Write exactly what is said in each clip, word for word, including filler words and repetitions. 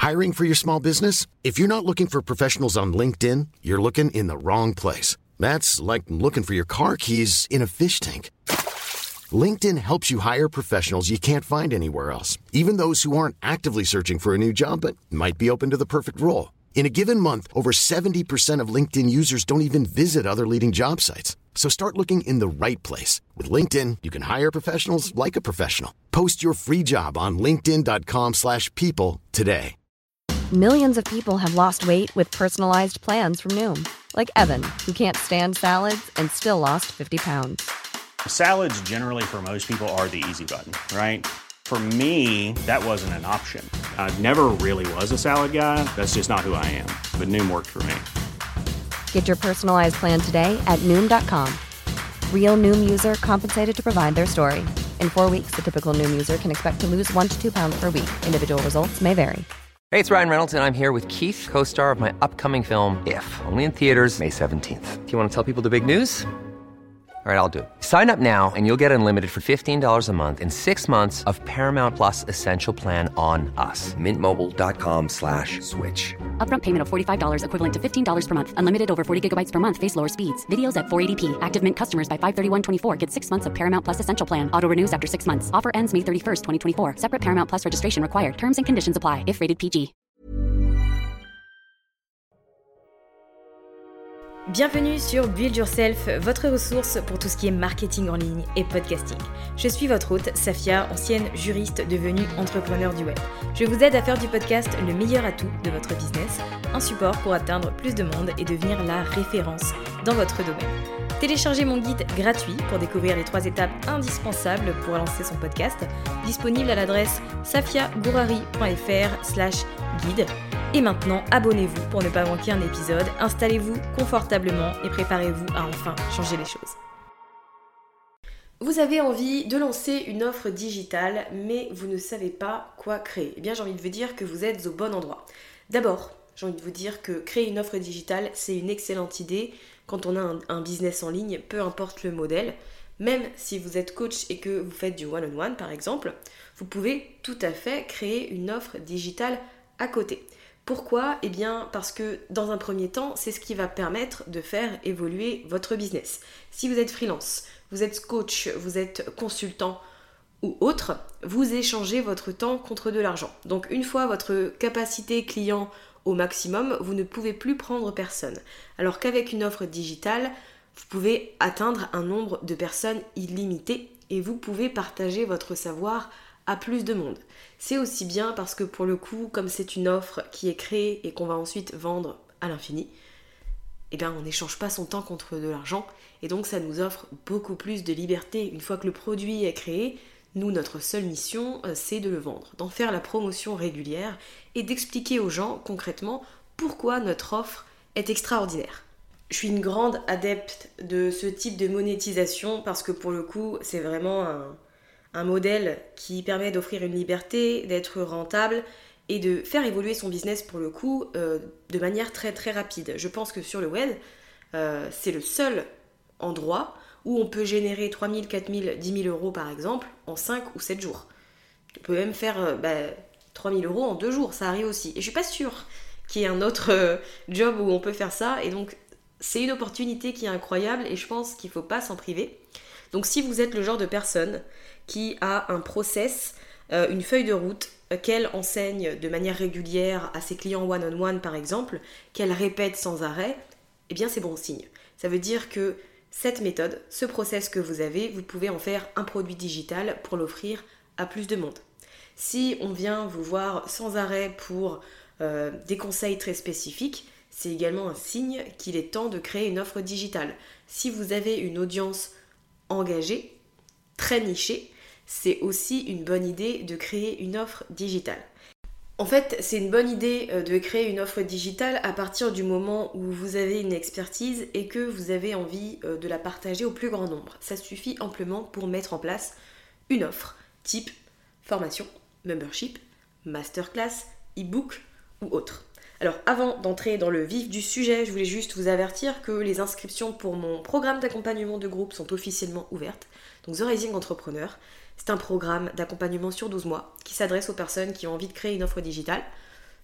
Hiring for your small business? If you're not looking for professionals on LinkedIn, you're looking in the wrong place. That's like looking for your car keys in a fish tank. LinkedIn helps you hire professionals you can't find anywhere else, even those who aren't actively searching for a new job but might be open to the perfect role. In a given month, over seventy percent of LinkedIn users don't even visit other leading job sites. So start looking in the right place. With LinkedIn, you can hire professionals like a professional. Post your free job on linkedin.com slash people today. Millions of people have lost weight with personalized plans from Noom. Like Evan, who can't stand salads and still lost fifty pounds. Salads generally for most people are the easy button, right? For me, that wasn't an option. I never really was a salad guy. That's just not who I am. But Noom worked for me. Get your personalized plan today at Noom dot com. Real Noom user compensated to provide their story. In four weeks, the typical Noom user can expect to lose one to two pounds per week. Individual results may vary. Hey, it's Ryan Reynolds, and I'm here with Keith, co-star of my upcoming film, If, only in theaters May seventeenth. Do you want to tell people the big news? All right, I'll do it. Sign up now and you'll get unlimited for fifteen dollars a month and six months of Paramount Plus Essential Plan on us. Mint Mobile dot com slash switch. Upfront payment of forty-five dollars equivalent to fifteen dollars per month. Unlimited over forty gigabytes per month. Face lower speeds. Videos at four eighty p. Active Mint customers by five thirty-one twenty-four get six months of Paramount Plus Essential Plan. Auto renews after six months. Offer ends May thirty-first, twenty twenty-four. Separate Paramount Plus registration required. Terms and conditions apply if rated P G. Bienvenue sur Build Yourself, votre ressource pour tout ce qui est marketing en ligne et podcasting. Je suis votre hôte, Safia, ancienne juriste devenue entrepreneur du web. Je vous aide à faire du podcast le meilleur atout de votre business, un support pour atteindre plus de monde et devenir la référence dans votre domaine. Téléchargez mon guide gratuit pour découvrir les trois étapes indispensables pour lancer son podcast, disponible à l'adresse safiagourari.fr slash guide. Et maintenant, abonnez-vous pour ne pas manquer un épisode, installez-vous confortablement et préparez-vous à enfin changer les choses. Vous avez envie de lancer une offre digitale, mais vous ne savez pas quoi créer. Eh bien, j'ai envie de vous dire que vous êtes au bon endroit. D'abord, j'ai envie de vous dire que créer une offre digitale, c'est une excellente idée quand on a un, un business en ligne, peu importe le modèle. Même si vous êtes coach et que vous faites du one-on-one, par exemple, vous pouvez tout à fait créer une offre digitale à côté. Pourquoi ? Eh bien parce que dans un premier temps, c'est ce qui va permettre de faire évoluer votre business. Si vous êtes freelance, vous êtes coach, vous êtes consultant ou autre, vous échangez votre temps contre de l'argent. Donc une fois votre capacité client au maximum, vous ne pouvez plus prendre personne. Alors qu'avec une offre digitale, vous pouvez atteindre un nombre de personnes illimité et vous pouvez partager votre savoir à plus de monde. C'est aussi bien parce que pour le coup, comme c'est une offre qui est créée et qu'on va ensuite vendre à l'infini, eh bien on n'échange pas son temps contre de l'argent et donc ça nous offre beaucoup plus de liberté. Une fois que le produit est créé, nous, notre seule mission, c'est de le vendre, d'en faire la promotion régulière et d'expliquer aux gens concrètement pourquoi notre offre est extraordinaire. Je suis une grande adepte de ce type de monétisation parce que pour le coup, c'est vraiment un... un modèle qui permet d'offrir une liberté, d'être rentable et de faire évoluer son business pour le coup euh, de manière très très rapide. Je pense que sur le web, euh, c'est le seul endroit où on peut générer trois mille, quatre mille, dix mille euros par exemple en cinq ou sept jours. On peut même faire euh, bah, trois mille euros en deux jours, ça arrive aussi. Et je suis pas sûre qu'il y ait un autre euh, job où on peut faire ça et donc c'est une opportunité qui est incroyable et je pense qu'il faut pas s'en priver. Donc si vous êtes le genre de personne qui a un process, euh, une feuille de route euh, qu'elle enseigne de manière régulière à ses clients one-on-one par exemple, qu'elle répète sans arrêt, eh bien c'est bon signe. Ça veut dire que cette méthode, ce process que vous avez, vous pouvez en faire un produit digital pour l'offrir à plus de monde. Si on vient vous voir sans arrêt pour euh, des conseils très spécifiques, c'est également un signe qu'il est temps de créer une offre digitale. Si vous avez une audience engagée, très nichée, c'est aussi une bonne idée de créer une offre digitale. En fait, c'est une bonne idée de créer une offre digitale à partir du moment où vous avez une expertise et que vous avez envie de la partager au plus grand nombre. Ça suffit amplement pour mettre en place une offre type formation, membership, masterclass, e-book ou autre. Alors avant d'entrer dans le vif du sujet, je voulais juste vous avertir que les inscriptions pour mon programme d'accompagnement de groupe sont officiellement ouvertes. Donc The Rising Entrepreneur, c'est un programme d'accompagnement sur douze mois qui s'adresse aux personnes qui ont envie de créer une offre digitale,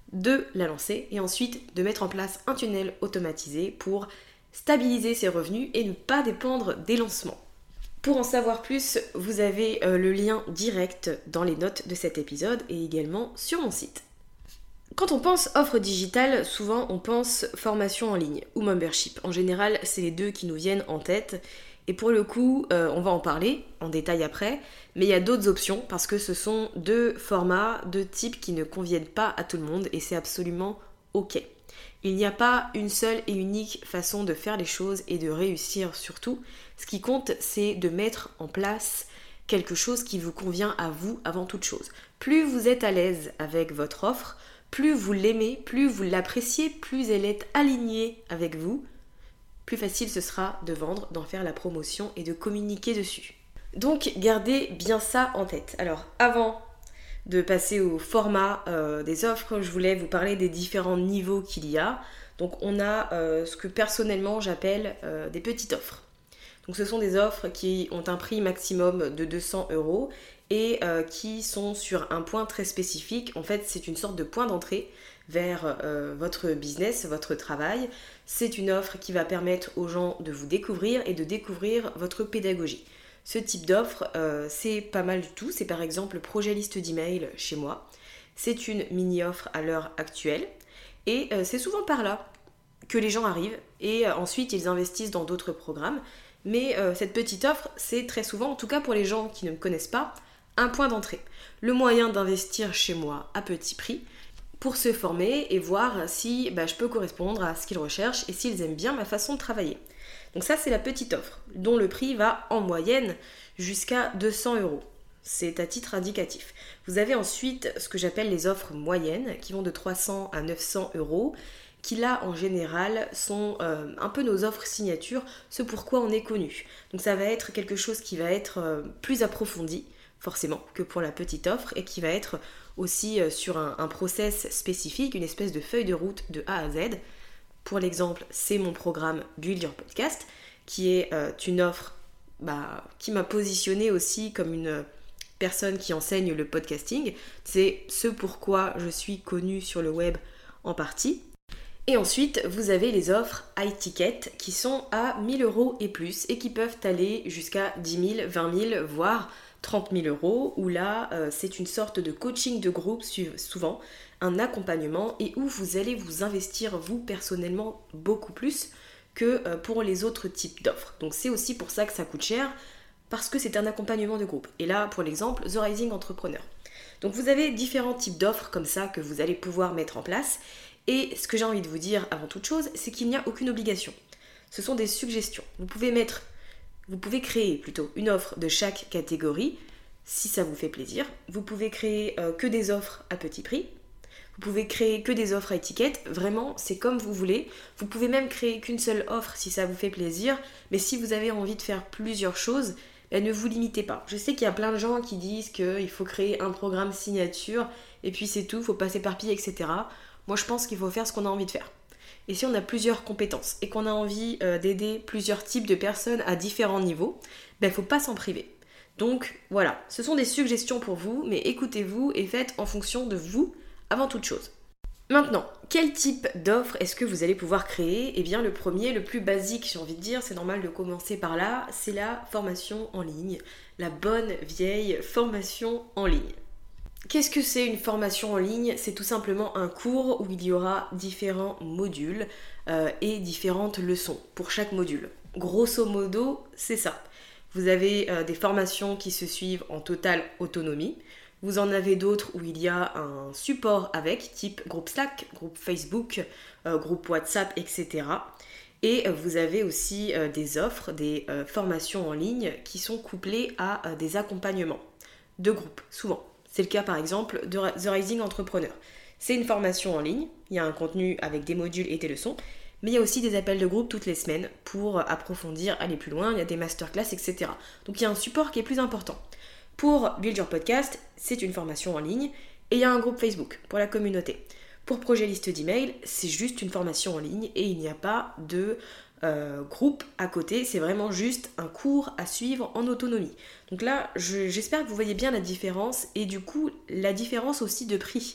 de la lancer et ensuite de mettre en place un tunnel automatisé pour stabiliser ses revenus et ne pas dépendre des lancements. Pour en savoir plus, vous avez euh, le lien direct dans les notes de cet épisode et également sur mon site. Quand on pense offre digitale, souvent on pense formation en ligne ou membership. En général, c'est les deux qui nous viennent en tête. Et pour le coup, euh, on va en parler en détail après, mais il y a d'autres options parce que ce sont deux formats, deux types qui ne conviennent pas à tout le monde et c'est absolument ok. Il n'y a pas une seule et unique façon de faire les choses et de réussir surtout. Ce qui compte, c'est de mettre en place quelque chose qui vous convient à vous avant toute chose. Plus vous êtes à l'aise avec votre offre, plus vous l'aimez, plus vous l'appréciez, plus elle est alignée avec vous, plus facile ce sera de vendre, d'en faire la promotion et de communiquer dessus. Donc gardez bien ça en tête. Alors avant de passer au format euh, des offres, je voulais vous parler des différents niveaux qu'il y a. Donc on a euh, ce que personnellement j'appelle euh, des petites offres. Donc ce sont des offres qui ont un prix maximum de deux cents euros et euh, qui sont sur un point très spécifique. En fait, c'est une sorte de point d'entrée vers euh, votre business, votre travail. C'est une offre qui va permettre aux gens de vous découvrir et de découvrir votre pédagogie. Ce type d'offre, euh, c'est pas mal du tout. C'est par exemple le projet liste d'email chez moi. C'est une mini-offre à l'heure actuelle. Et euh, c'est souvent par là que les gens arrivent et euh, ensuite ils investissent dans d'autres programmes. Mais euh, cette petite offre, c'est très souvent, en tout cas pour les gens qui ne me connaissent pas, un point d'entrée. Le moyen d'investir chez moi à petit prix pour se former et voir si bah, je peux correspondre à ce qu'ils recherchent et s'ils aiment bien ma façon de travailler. Donc ça, c'est la petite offre, dont le prix va en moyenne jusqu'à deux cents euros. C'est à titre indicatif. Vous avez ensuite ce que j'appelle les offres moyennes, qui vont de trois cents à neuf cents euros, qui là, en général, sont euh, un peu nos offres signatures, ce pourquoi on est connu. Donc ça va être quelque chose qui va être euh, plus approfondi, forcément, que pour la petite offre, et qui va être aussi euh, sur un, un process spécifique, une espèce de feuille de route de A à Z. Pour l'exemple, c'est mon programme Build Your Podcast, qui est euh, une offre bah, qui m'a positionnée aussi comme une personne qui enseigne le podcasting. C'est ce pourquoi je suis connue sur le web en partie. Et ensuite, vous avez les offres high ticket qui sont à mille euros et plus et qui peuvent aller jusqu'à dix mille, vingt mille, voire trente mille euros, où là, euh, c'est une sorte de coaching de groupe, souvent, un accompagnement, et où vous allez vous investir, vous, personnellement, beaucoup plus que euh, pour les autres types d'offres. Donc c'est aussi pour ça que ça coûte cher, parce que c'est un accompagnement de groupe. Et là, pour l'exemple, The Rising Entrepreneur. Donc vous avez différents types d'offres comme ça que vous allez pouvoir mettre en place, et ce que j'ai envie de vous dire avant toute chose, c'est qu'il n'y a aucune obligation. Ce sont des suggestions. Vous pouvez mettre... Vous pouvez créer plutôt une offre de chaque catégorie, si ça vous fait plaisir. Vous pouvez créer euh, que des offres à petit prix. Vous pouvez créer que des offres à étiquette. Vraiment, c'est comme vous voulez. Vous pouvez même créer qu'une seule offre si ça vous fait plaisir. Mais si vous avez envie de faire plusieurs choses, ben, ne vous limitez pas. Je sais qu'il y a plein de gens qui disent qu'il faut créer un programme signature et puis c'est tout, il faut pas s'éparpiller, et cetera. Moi, je pense qu'il faut faire ce qu'on a envie de faire. Et si on a plusieurs compétences et qu'on a envie euh, d'aider plusieurs types de personnes à différents niveaux, ben il ne faut pas s'en priver. Donc voilà, ce sont des suggestions pour vous, mais écoutez-vous et faites en fonction de vous avant toute chose. Maintenant, quel type d'offre est-ce que vous allez pouvoir créer ? Eh bien le premier, le plus basique, j'ai envie de dire, c'est normal de commencer par là, c'est la formation en ligne. La bonne vieille formation en ligne. Qu'est-ce que c'est une formation en ligne ? C'est tout simplement un cours où il y aura différents modules euh, et différentes leçons pour chaque module. Grosso modo, c'est ça. Vous avez euh, des formations qui se suivent en totale autonomie. Vous en avez d'autres où il y a un support avec, type groupe Slack, groupe Facebook, euh, groupe WhatsApp, et cetera. Et euh, vous avez aussi euh, des offres, des euh, formations en ligne qui sont couplées à euh, des accompagnements de groupe, souvent. C'est le cas par exemple de The Rising Entrepreneur. C'est une formation en ligne, il y a un contenu avec des modules et des leçons, mais il y a aussi des appels de groupe toutes les semaines pour approfondir, aller plus loin, il y a des masterclass, et cetera. Donc il y a un support qui est plus important. Pour Build Your Podcast, c'est une formation en ligne et il y a un groupe Facebook pour la communauté. Pour projet liste d'email, c'est juste une formation en ligne et il n'y a pas de euh, groupe à côté, c'est vraiment juste un cours à suivre en autonomie. Donc là, je, j'espère que vous voyez bien la différence et du coup, la différence aussi de prix.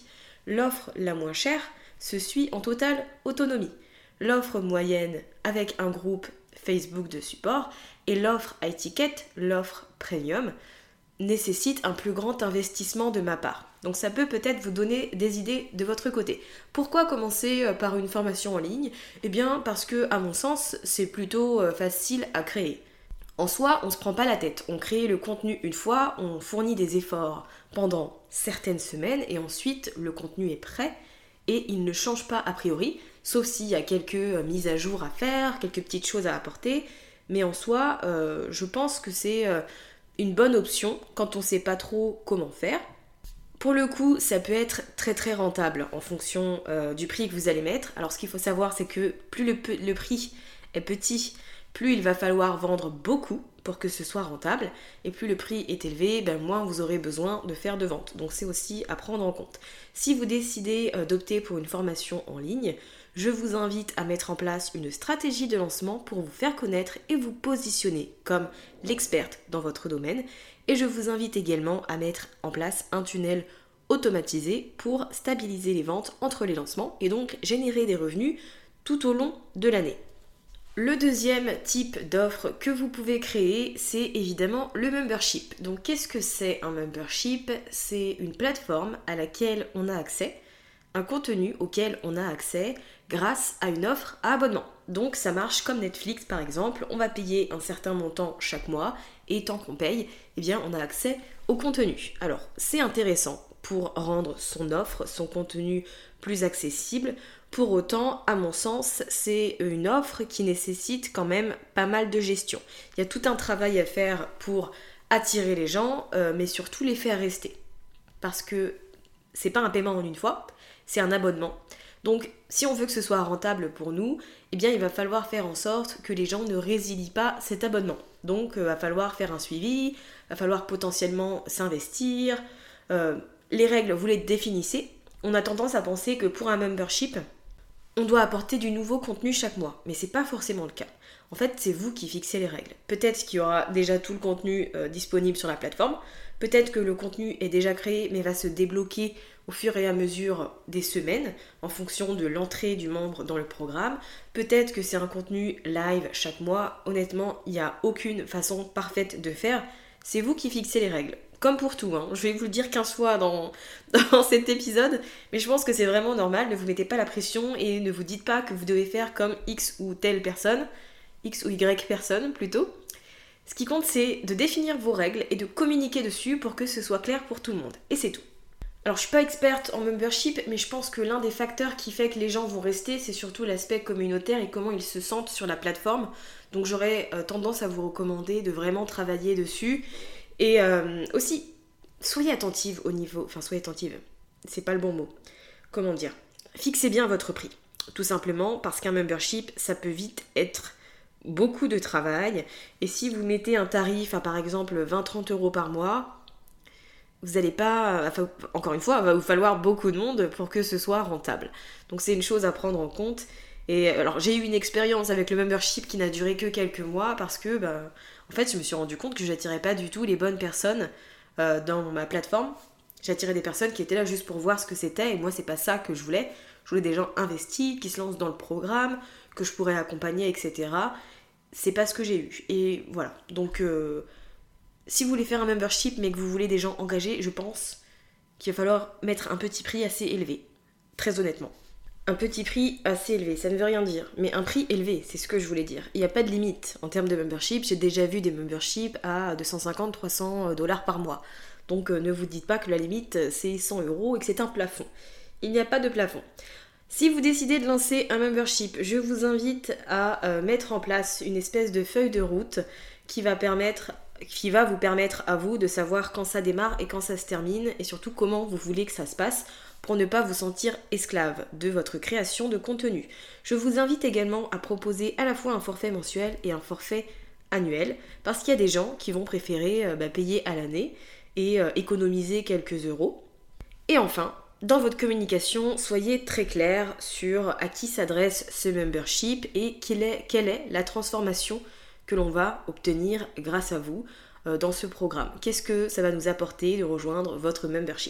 L'offre la moins chère se suit en totale autonomie. L'offre moyenne avec un groupe Facebook de support et l'offre à étiquette, l'offre premium, nécessite un plus grand investissement de ma part. Donc ça peut peut-être vous donner des idées de votre côté. Pourquoi commencer par une formation en ligne ? Eh bien parce que, à mon sens, c'est plutôt facile à créer. En soi, on ne se prend pas la tête. On crée le contenu une fois, on fournit des efforts pendant certaines semaines et ensuite le contenu est prêt et il ne change pas a priori, sauf s'il y a quelques mises à jour à faire, quelques petites choses à apporter. Mais en soi, euh, je pense que c'est euh, une bonne option quand on ne sait pas trop comment faire. Pour le coup, ça peut être très très rentable en fonction euh, du prix que vous allez mettre. Alors ce qu'il faut savoir, c'est que plus le, le prix est petit, plus il va falloir vendre beaucoup pour que ce soit rentable. Et plus le prix est élevé, ben moins vous aurez besoin de faire de ventes. Donc c'est aussi à prendre en compte. Si vous décidez euh, d'opter pour une formation en ligne, je vous invite à mettre en place une stratégie de lancement pour vous faire connaître et vous positionner comme l'experte dans votre domaine. Et je vous invite également à mettre en place un tunnel automatisé pour stabiliser les ventes entre les lancements et donc générer des revenus tout au long de l'année. Le deuxième type d'offre que vous pouvez créer, c'est évidemment le membership. Donc qu'est-ce que c'est un membership ? C'est une plateforme à laquelle on a accès, un contenu auquel on a accès grâce à une offre à abonnement. Donc ça marche comme Netflix par exemple, on va payer un certain montant chaque mois et tant qu'on paye, eh bien on a accès au contenu. Alors c'est intéressant pour rendre son offre, son contenu plus accessible. Pour autant, à mon sens, c'est une offre qui nécessite quand même pas mal de gestion. Il y a tout un travail à faire pour attirer les gens, euh, mais surtout les faire rester. Parce que c'est pas un paiement en une fois, c'est un abonnement. Donc, si on veut que ce soit rentable pour nous, eh bien, il va falloir faire en sorte que les gens ne résilient pas cet abonnement. Donc, il euh, va falloir faire un suivi, il va falloir potentiellement s'investir. Euh, les règles, vous les définissez. On a tendance à penser que pour un membership, on doit apporter du nouveau contenu chaque mois, mais c'est pas forcément le cas. En fait, c'est vous qui fixez les règles. Peut-être qu'il y aura déjà tout le contenu euh, disponible sur la plateforme, peut-être que le contenu est déjà créé mais va se débloquer au fur et à mesure des semaines en fonction de l'entrée du membre dans le programme. Peut-être que c'est un contenu live chaque mois. Honnêtement, il n'y a aucune façon parfaite de faire. C'est vous qui fixez les règles. Comme pour tout, hein. Je vais vous le dire quinze fois dans, dans cet épisode, mais je pense que c'est vraiment normal, ne vous mettez pas la pression et ne vous dites pas que vous devez faire comme X ou telle personne, X ou Y personne plutôt. Ce qui compte, c'est de définir vos règles et de communiquer dessus pour que ce soit clair pour tout le monde. Et c'est tout. Alors je suis pas experte en membership, mais je pense que l'un des facteurs qui fait que les gens vont rester, c'est surtout l'aspect communautaire et comment ils se sentent sur la plateforme. Donc j'aurais euh, tendance à vous recommander de vraiment travailler dessus. Et euh, aussi, soyez attentive au niveau... Enfin, soyez attentive, c'est pas le bon mot. Comment dire ? Fixez bien votre prix. Tout simplement parce qu'un membership, ça peut vite être beaucoup de travail. Et si vous mettez un tarif à par exemple vingt à trente euros par mois, vous n'allez pas... Enfin, encore une fois, il va vous falloir beaucoup de monde pour que ce soit rentable. Donc c'est une chose à prendre en compte. Et alors j'ai eu une expérience avec le membership qui n'a duré que quelques mois parce que... Bah, en fait, je me suis rendu compte que j'attirais pas du tout les bonnes personnes euh, dans ma plateforme. J'attirais des personnes qui étaient là juste pour voir ce que c'était et moi, c'est pas ça que je voulais. Je voulais des gens investis, qui se lancent dans le programme, que je pourrais accompagner, et cetera. C'est pas ce que j'ai eu. Et voilà. Donc, euh, si vous voulez faire un membership mais que vous voulez des gens engagés, je pense qu'il va falloir mettre un petit prix assez élevé. Très honnêtement. Un petit prix assez élevé, ça ne veut rien dire, mais un prix élevé, c'est ce que je voulais dire. Il n'y a pas de limite en termes de membership, j'ai déjà vu des memberships à deux cent cinquante à trois cents dollars par mois. Donc euh, ne vous dites pas que la limite c'est cent euros et que c'est un plafond. Il n'y a pas de plafond. Si vous décidez de lancer un membership, je vous invite à euh, mettre en place une espèce de feuille de route qui va permettre, qui va vous permettre à vous de savoir quand ça démarre et quand ça se termine et surtout comment vous voulez que ça se passe pour ne pas vous sentir esclave de votre création de contenu. Je vous invite également à proposer à la fois un forfait mensuel et un forfait annuel parce qu'il y a des gens qui vont préférer euh, bah, payer à l'année et euh, économiser quelques euros. Et enfin, dans votre communication, soyez très clair sur à qui s'adresse ce membership et quelle est, quelle est la transformation que l'on va obtenir grâce à vous euh, dans ce programme. Qu'est-ce que ça va nous apporter de rejoindre votre membership ?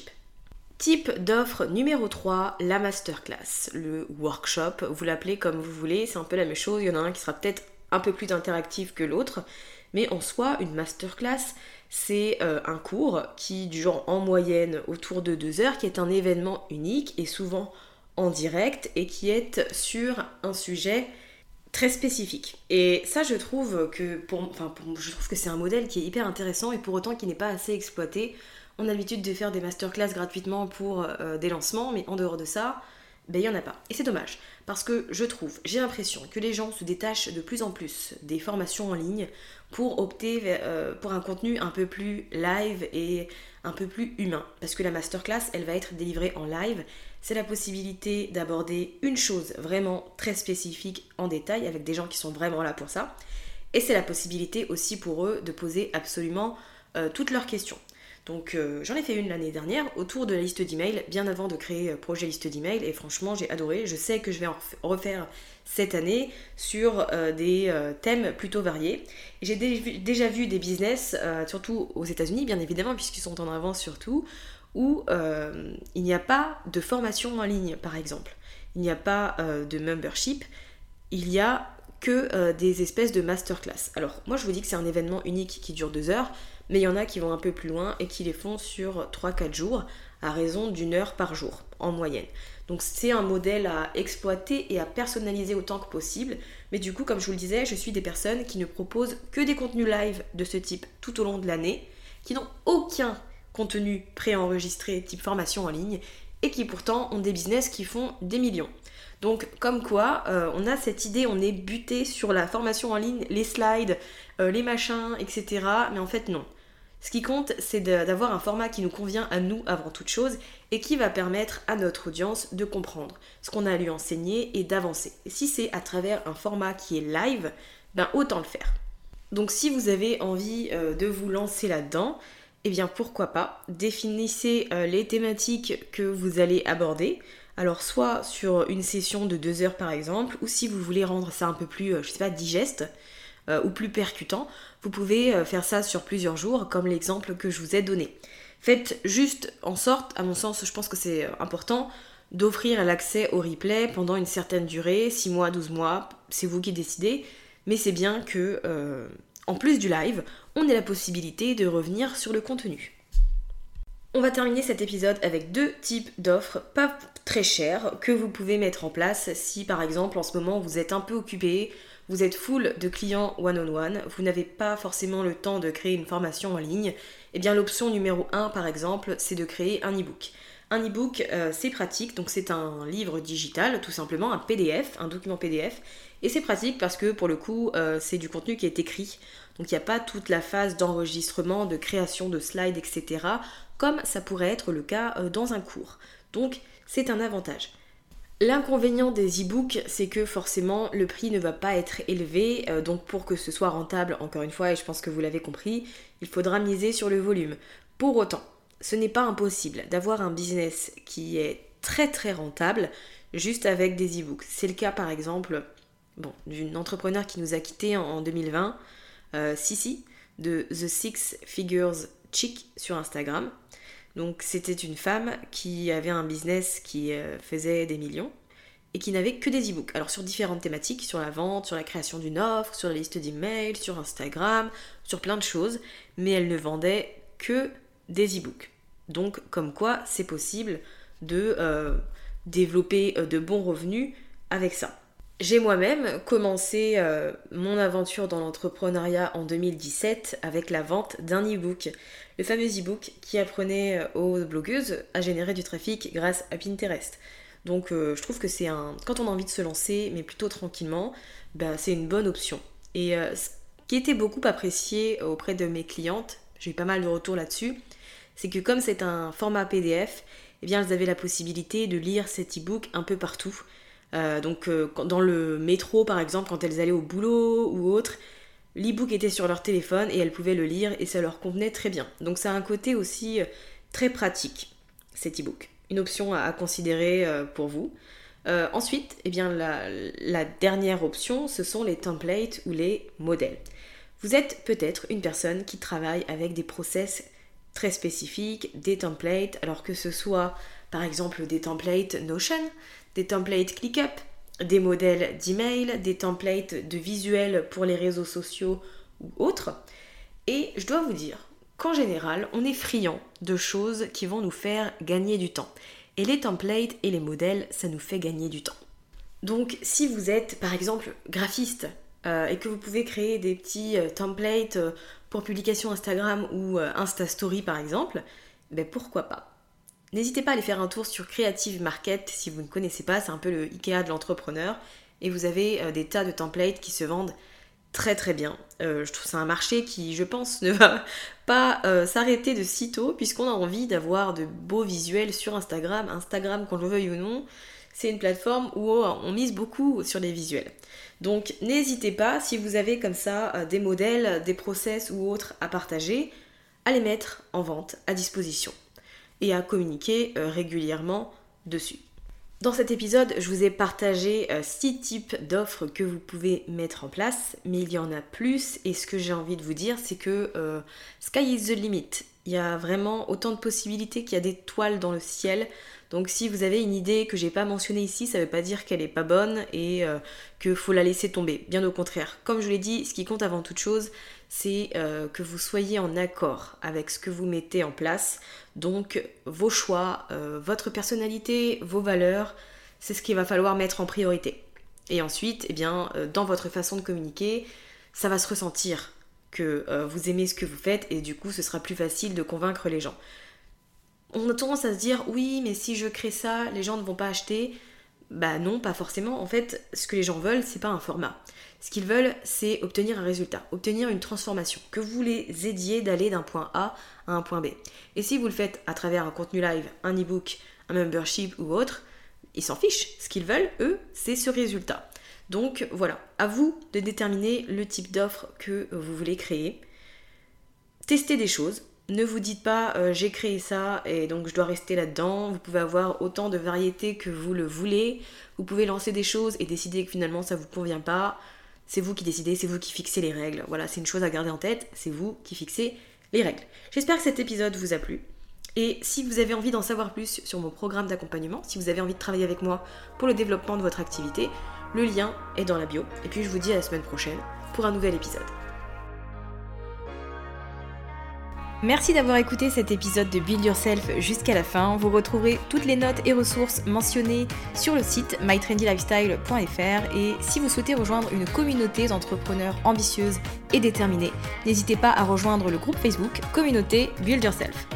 Type d'offre numéro trois, la masterclass, le workshop, vous l'appelez comme vous voulez, c'est un peu la même chose, il y en a un qui sera peut-être un peu plus interactif que l'autre, mais en soi, une masterclass, c'est euh, un cours qui dure en moyenne autour de deux heures, qui est un événement unique et souvent en direct et qui est sur un sujet très spécifique. Et ça, je trouve que pour, enfin, pour, je trouve que c'est un modèle qui est hyper intéressant et pour autant qui n'est pas assez exploité. On a l'habitude de faire des masterclass gratuitement pour euh, des lancements, mais en dehors de ça, ben, il n'y en a pas. Et c'est dommage, parce que je trouve, j'ai l'impression que les gens se détachent de plus en plus des formations en ligne pour opter vers, euh, pour un contenu un peu plus live et un peu plus humain. Parce que la masterclass, elle va être délivrée en live. C'est la possibilité d'aborder une chose vraiment très spécifique en détail, avec des gens qui sont vraiment là pour ça. Et c'est la possibilité aussi pour eux de poser absolument euh, toutes leurs questions. Donc euh, j'en ai fait une l'année dernière autour de la liste d'emails, bien avant de créer euh, projet liste d'emails, et franchement j'ai adoré. Je sais que je vais en refaire cette année sur euh, des euh, thèmes plutôt variés. Et j'ai dé- déjà vu des business, euh, surtout aux États-Unis bien évidemment, puisqu'ils sont en avance surtout, où euh, il n'y a pas de formation en ligne par exemple. Il n'y a pas euh, de membership, il y a que euh, des espèces de masterclass. Alors moi je vous dis que c'est un événement unique qui dure deux heures, mais il y en a qui vont un peu plus loin et qui les font sur trois à quatre jours à raison d'une heure par jour en moyenne. Donc c'est un modèle à exploiter et à personnaliser autant que possible, mais du coup comme je vous le disais, je suis des personnes qui ne proposent que des contenus live de ce type tout au long de l'année, qui n'ont aucun contenu préenregistré type formation en ligne et qui pourtant ont des business qui font des millions. Donc comme quoi, euh, on a cette idée, on est buté sur la formation en ligne, les slides, euh, les machins, et cetera. Mais en fait non. Ce qui compte, c'est de, d'avoir un format qui nous convient à nous avant toute chose et qui va permettre à notre audience de comprendre ce qu'on a à lui enseigner et d'avancer. Et si c'est à travers un format qui est live, ben autant le faire. Donc si vous avez envie euh, de vous lancer là-dedans, eh bien pourquoi pas, définissez euh, les thématiques que vous allez aborder. Alors soit sur une session de deux heures par exemple, ou si vous voulez rendre ça un peu plus, euh, je sais pas, digeste, euh, ou plus percutant, vous pouvez euh, faire ça sur plusieurs jours, comme l'exemple que je vous ai donné. Faites juste en sorte, à mon sens, je pense que c'est important, d'offrir l'accès au replay pendant une certaine durée, six mois, douze mois, c'est vous qui décidez, mais c'est bien que, euh, en plus du live, on ait la possibilité de revenir sur le contenu. On va terminer cet épisode avec deux types d'offres pas très chères que vous pouvez mettre en place si par exemple en ce moment vous êtes un peu occupé, vous êtes full de clients one-on-one, vous n'avez pas forcément le temps de créer une formation en ligne, et bien l'option numéro un par exemple c'est de créer un e-book. Un e-book euh, c'est pratique, donc c'est un livre digital tout simplement, un P D F, un document P D F, et c'est pratique parce que pour le coup euh, c'est du contenu qui est écrit, donc il n'y a pas toute la phase d'enregistrement, de création de slides, et cetera comme ça pourrait être le cas dans un cours. Donc c'est un avantage. L'inconvénient des e-books, c'est que forcément le prix ne va pas être élevé, euh, donc pour que ce soit rentable, encore une fois, et je pense que vous l'avez compris, il faudra miser sur le volume. Pour autant, ce n'est pas impossible d'avoir un business qui est très très rentable juste avec des e-books. C'est le cas par exemple bon, d'une entrepreneur qui nous a quittés en, en deux mille vingt, euh, Sissi, de The Six Figures Chic sur Instagram. Donc c'était une femme qui avait un business qui euh, faisait des millions et qui n'avait que des e-books. Alors sur différentes thématiques, sur la vente, sur la création d'une offre, sur la liste d'emails, sur Instagram, sur plein de choses, mais elle ne vendait que des e-books. Donc comme quoi c'est possible de euh, développer euh, de bons revenus avec ça. J'ai moi-même commencé euh, mon aventure dans l'entrepreneuriat en deux mille dix-sept avec la vente d'un e-book. Le fameux e-book qui apprenait aux blogueuses à générer du trafic grâce à Pinterest. Donc euh, je trouve que c'est un... quand on a envie de se lancer, mais plutôt tranquillement, bah, c'est une bonne option. Et euh, ce qui était beaucoup apprécié auprès de mes clientes, j'ai eu pas mal de retours là-dessus, c'est que comme c'est un format P D F, eh bien elles avaient la possibilité de lire cet e-book un peu partout. Euh, donc euh, dans le métro par exemple, quand elles allaient au boulot ou autre, l'e-book était sur leur téléphone et elles pouvaient le lire et ça leur convenait très bien. Donc ça a un côté aussi euh, très pratique, cet e-book. Une option à, à considérer euh, pour vous. Euh, ensuite, eh bien, la, la dernière option, ce sont les templates ou les modèles. Vous êtes peut-être une personne qui travaille avec des process très spécifiques, des templates, alors que ce soit par exemple des templates Notion, des templates ClickUp, des modèles d'email, des templates de visuels pour les réseaux sociaux ou autres. Et je dois vous dire qu'en général, on est friand de choses qui vont nous faire gagner du temps. Et les templates et les modèles, ça nous fait gagner du temps. Donc si vous êtes par exemple graphiste euh, et que vous pouvez créer des petits euh, templates euh, pour publication Instagram ou euh, Insta Story par exemple, ben pourquoi pas. N'hésitez pas à aller faire un tour sur Creative Market si vous ne connaissez pas, c'est un peu le Ikea de l'entrepreneur et vous avez euh, des tas de templates qui se vendent très très bien. Euh, je trouve que c'est un marché qui, je pense, ne va pas euh, s'arrêter de sitôt puisqu'on a envie d'avoir de beaux visuels sur Instagram. Instagram, qu'on le veuille ou non, c'est une plateforme où on mise beaucoup sur les visuels. Donc n'hésitez pas, si vous avez comme ça euh, des modèles, des process ou autres à partager, à les mettre en vente à disposition et à communiquer euh, régulièrement dessus. Dans cet épisode, je vous ai partagé euh, six types d'offres que vous pouvez mettre en place, mais il y en a plus et ce que j'ai envie de vous dire, c'est que euh, sky is the limit. Il y a vraiment autant de possibilités qu'il y a d'étoiles dans le ciel. Donc si vous avez une idée que j'ai pas mentionnée ici, ça veut pas dire qu'elle est pas bonne et euh, qu'il faut la laisser tomber. Bien au contraire. Comme je l'ai dit, ce qui compte avant toute chose, c'est euh, que vous soyez en accord avec ce que vous mettez en place. Donc vos choix, euh, votre personnalité, vos valeurs, c'est ce qu'il va falloir mettre en priorité. Et ensuite, eh bien, euh, dans votre façon de communiquer, ça va se ressentir que euh, vous aimez ce que vous faites et du coup, ce sera plus facile de convaincre les gens. On a tendance à se dire, oui, mais si je crée ça, les gens ne vont pas acheter. Bah non, pas forcément. En fait, ce que les gens veulent, c'est pas un format. Ce qu'ils veulent, c'est obtenir un résultat, obtenir une transformation, que vous les aidiez d'aller d'un point A à un point B. Et si vous le faites à travers un contenu live, un e-book, un membership ou autre, ils s'en fichent. Ce qu'ils veulent, eux, c'est ce résultat. Donc voilà, à vous de déterminer le type d'offre que vous voulez créer. Testez des choses. Ne vous dites pas euh, j'ai créé ça et donc je dois rester là-dedans. Vous pouvez avoir autant de variétés que vous le voulez. Vous pouvez lancer des choses et décider que finalement ça ne vous convient pas. C'est vous qui décidez, c'est vous qui fixez les règles. Voilà, c'est une chose à garder en tête, c'est vous qui fixez les règles. J'espère que cet épisode vous a plu. Et si vous avez envie d'en savoir plus sur mon programme d'accompagnement, si vous avez envie de travailler avec moi pour le développement de votre activité, le lien est dans la bio. Et puis je vous dis à la semaine prochaine pour un nouvel épisode. Merci d'avoir écouté cet épisode de Build Yourself jusqu'à la fin. Vous retrouverez toutes les notes et ressources mentionnées sur le site my trendy lifestyle point f r et si vous souhaitez rejoindre une communauté d'entrepreneurs ambitieuses et déterminées, n'hésitez pas à rejoindre le groupe Facebook Communauté Build Yourself.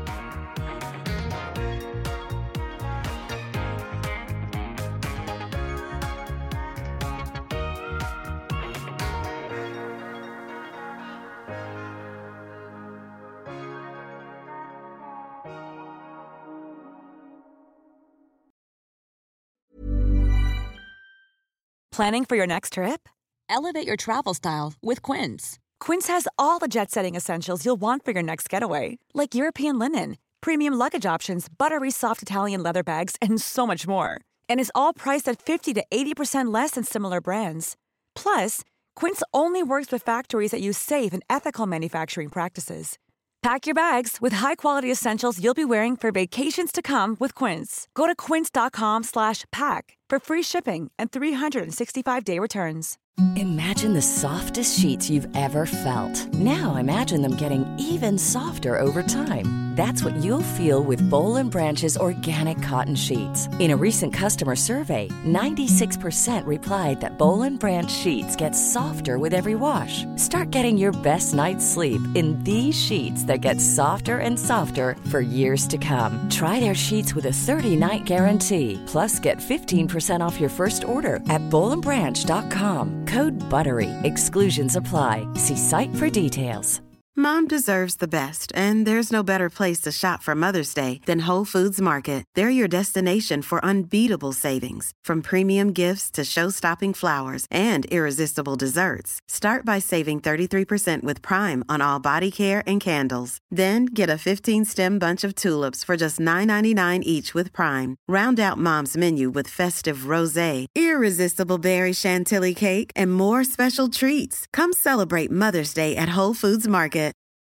Planning for your next trip? Elevate your travel style with Quince. Quince has all the jet-setting essentials you'll want for your next getaway, like European linen, premium luggage options, buttery soft Italian leather bags, and so much more. And is all priced at fifty to eighty percent less than similar brands. Plus, Quince only works with factories that use safe and ethical manufacturing practices. Pack your bags with high-quality essentials you'll be wearing for vacations to come with Quince. Go to quince.com slash pack for free shipping and three sixty-five day returns. Imagine the softest sheets you've ever felt. Now imagine them getting even softer over time. That's what you'll feel with Boll and Branch's organic cotton sheets. In a recent customer survey, ninety-six percent replied that Boll and Branch sheets get softer with every wash. Start getting your best night's sleep in these sheets that get softer and softer for years to come. Try their sheets with a thirty-night guarantee. Plus, get fifteen percent off your first order at boll and branch dot com. Code BUTTERY. Exclusions apply. See site for details. Mom deserves the best, and there's no better place to shop for Mother's Day than Whole Foods Market. They're your destination for unbeatable savings, from premium gifts to show-stopping flowers and irresistible desserts. Start by saving thirty-three percent with Prime on all body care and candles. Then get a fifteen-stem bunch of tulips for just nine ninety-nine each with Prime. Round out Mom's menu with festive rosé, irresistible berry chantilly cake, and more special treats. Come celebrate Mother's Day at Whole Foods Market.